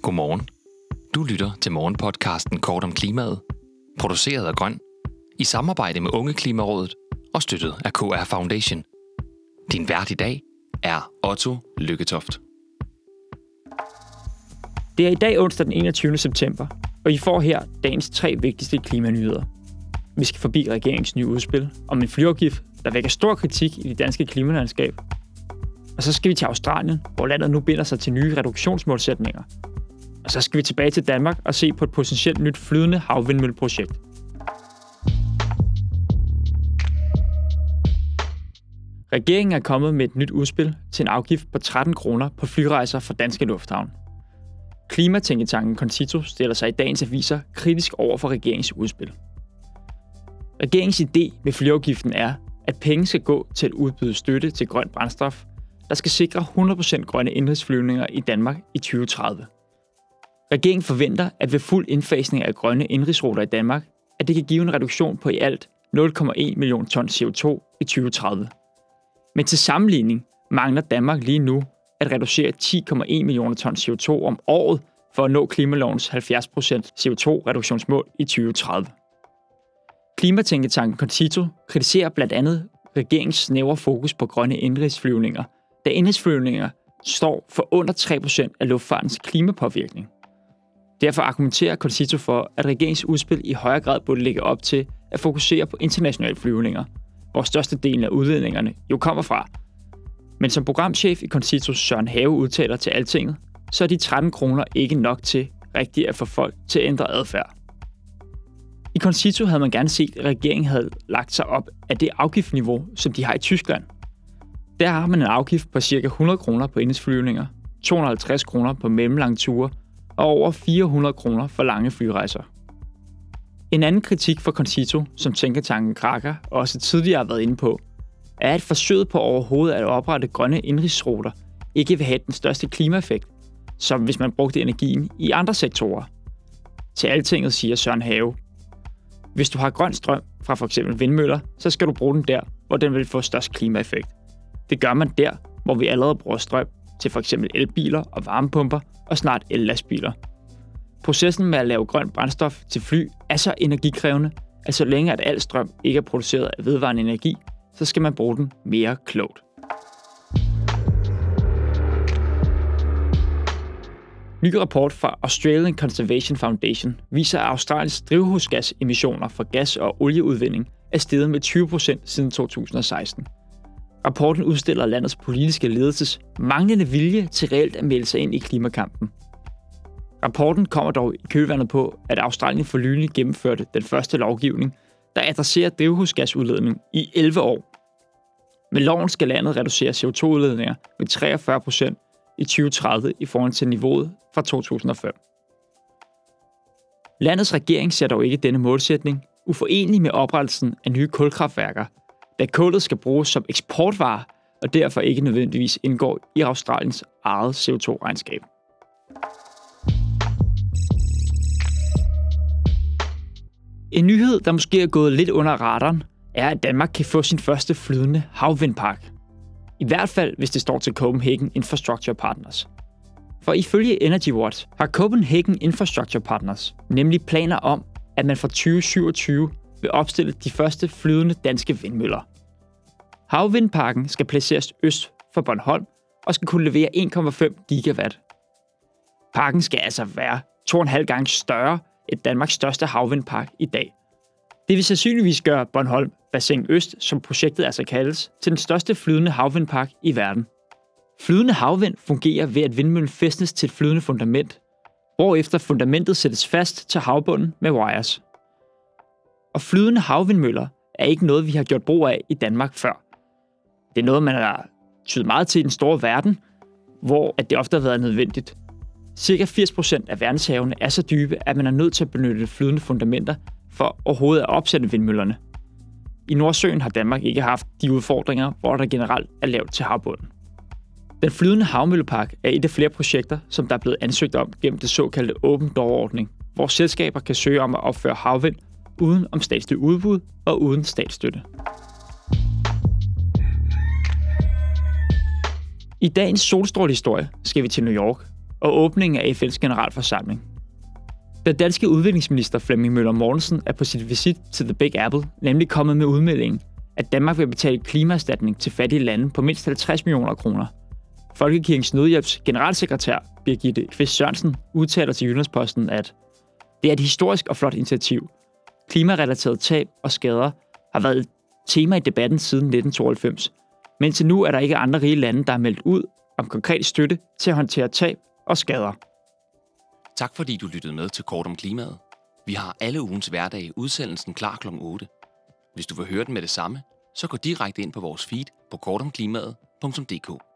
Godmorgen. Du lytter til morgenpodcasten Kort om klimaet, produceret af Grøn, i samarbejde med Unge Klimarådet og støttet af KR Foundation. Din vært i dag er Otto Lykketoft. Det er i dag onsdag den 21. september, og I får her dagens 3 vigtigste klimanyheder. Vi skal forbi regeringens nye udspil om en flyafgift, der vækker stor kritik i det danske klimalandskab. Og så skal vi til Australien, hvor landet nu binder sig til nye reduktionsmålsætninger. Og så skal vi tilbage til Danmark og se på et potentielt nyt flydende havvindmølleprojekt. Regeringen er kommet med et nyt udspil til en afgift på 13 kroner på flyrejser fra danske lufthavne. Klimatænketanken Concito stiller sig i dagens aviser kritisk over for regeringens udspil. Regeringens idé med flyafgiften er, at penge skal gå til at udbyde støtte til grønt brændstof, der skal sikre 100% grønne indenrigsflyvninger i Danmark i 2030. Regeringen forventer, at ved fuld indfasning af grønne indenrigsruter i Danmark, at det kan give en reduktion på i alt 0,1 million ton CO2 i 2030. Men til sammenligning mangler Danmark lige nu at reducere 10,1 millioner ton CO2 om året for at nå klimalovens 70% CO2-reduktionsmål i 2030. Klimatænketanken Concito kritiserer blandt andet regeringens snævre fokus på grønne indenrigsflyvninger, da indenrigsflyvninger står for under 3% af luftfartens klimapåvirkning. Derfor argumenterer Concito for, at regeringens udspil i højere grad burde lægge op til at fokusere på internationale flyvninger, hvor størstedelen af udledningerne jo kommer fra. Men som programchef i Concito Søren Have udtaler til Altinget, så er de 13 kroner ikke nok til rigtigt at få folk til at ændre adfærd. I Concito havde man gerne set, at regeringen havde lagt sig op af det afgiftsniveau, som de har i Tyskland. Der har man en afgift på ca. 100 kroner på indenrigsflyvninger, 250 kroner på mellemlange ture og over 400 kroner for lange flyrejser. En anden kritik for Concito, som tænketanken Kraka også tidligere har været inde på, er, at forsøget på overhovedet at oprette grønne indenrigsruter ikke vil have den største klimaeffekt, som hvis man brugte energien i andre sektorer. Til Altinget siger Søren Have: hvis du har grøn strøm fra f.eks. vindmøller, så skal du bruge den der, hvor den vil få størst klimaeffekt. Det gør man der, hvor vi allerede bruger strøm til f.eks. elbiler og varmepumper og snart ellastbiler. Processen med at lave grønt brændstof til fly er så energikrævende, at så længe at al strøm ikke er produceret af vedvarende energi, så skal man bruge den mere klogt. Ny rapport fra Australian Conservation Foundation viser, at Australiens drivhusgasemissioner fra gas- og olieudvinding er steget med 20% siden 2016. Rapporten udstiller landets politiske ledelses manglende vilje til reelt at melde sig ind i klimakampen. Rapporten kommer dog i kølvandet på, at Australien for nylig gennemførte den første lovgivning, der adresserer drivhusgasudledning i 11 år. Med loven skal landet reducere CO2-udledninger med 43% i 2030 i forhold til niveauet fra 2005. Landets regering ser dog ikke denne målsætning uforenelig med oprettelsen af nye kulkraftværker, da kullet skal bruges som eksportvare og derfor ikke nødvendigvis indgår i Australiens eget CO2-regnskab. En nyhed, der måske er gået lidt under radaren, er, at Danmark kan få sin første flydende havvindpark. I hvert fald, hvis det står til Copenhagen Infrastructure Partners. For ifølge Energy Watch har Copenhagen Infrastructure Partners nemlig planer om, at man fra 2027 vil opstille de første flydende danske vindmøller. Havvindparken skal placeres øst for Bornholm og skal kunne levere 1,5 gigawatt. Parken skal altså være 2,5 gange større end Danmarks største havvindpark i dag. Det vil sandsynligvis gøre Bornholm Bassin Øst, som projektet altså kaldes, til den største flydende havvindpark i verden. Flydende havvind fungerer ved, at vindmøllen fæstnes til et flydende fundament, hvorefter fundamentet sættes fast til havbunden med wires. Og flydende havvindmøller er ikke noget, vi har gjort brug af i Danmark før. Det er noget, man har tydet meget til i den store verden, hvor at det ofte har været nødvendigt. Cirka 80% af verdenshavene er så dybe, at man er nødt til at benytte flydende fundamenter for overhovedet at opsætte vindmøllerne. I Nordsøen har Danmark ikke haft de udfordringer, hvor der generelt er lavt til havbunden. Den flydende havmøllepark er et af flere projekter, som der er blevet ansøgt om gennem det såkaldte Open Door-ordning, hvor selskaber kan søge om at opføre havvind uden om statslig udbud og uden statsstøtte. I dagens solstrålehistorie skal vi til New York, og åbningen af FN's generalforsamling. Den danske udviklingsminister Flemming Møller Mortensen er på sit visit til The Big Apple nemlig kommet med udmeldingen, at Danmark vil betale klimaerstatning til fattige lande på mindst 50 millioner kroner. Folkekirkens Nødhjælps generalsekretær Birgitte Kvist Sørensen udtaler til Jyllandsposten, at det er et historisk og flot initiativ. Klimarelateret tab og skader har været et tema i debatten siden 1992, men til nu er der ikke andre rige lande, der har meldt ud om konkret støtte til at håndtere tab og skader. Tak fordi du lyttede med til Kort om Klimaet. Vi har alle ugens hverdage udsendelsen klar kl. 8. Hvis du vil høre den med det samme, så gå direkte ind på vores feed på kortomklimaet.dk.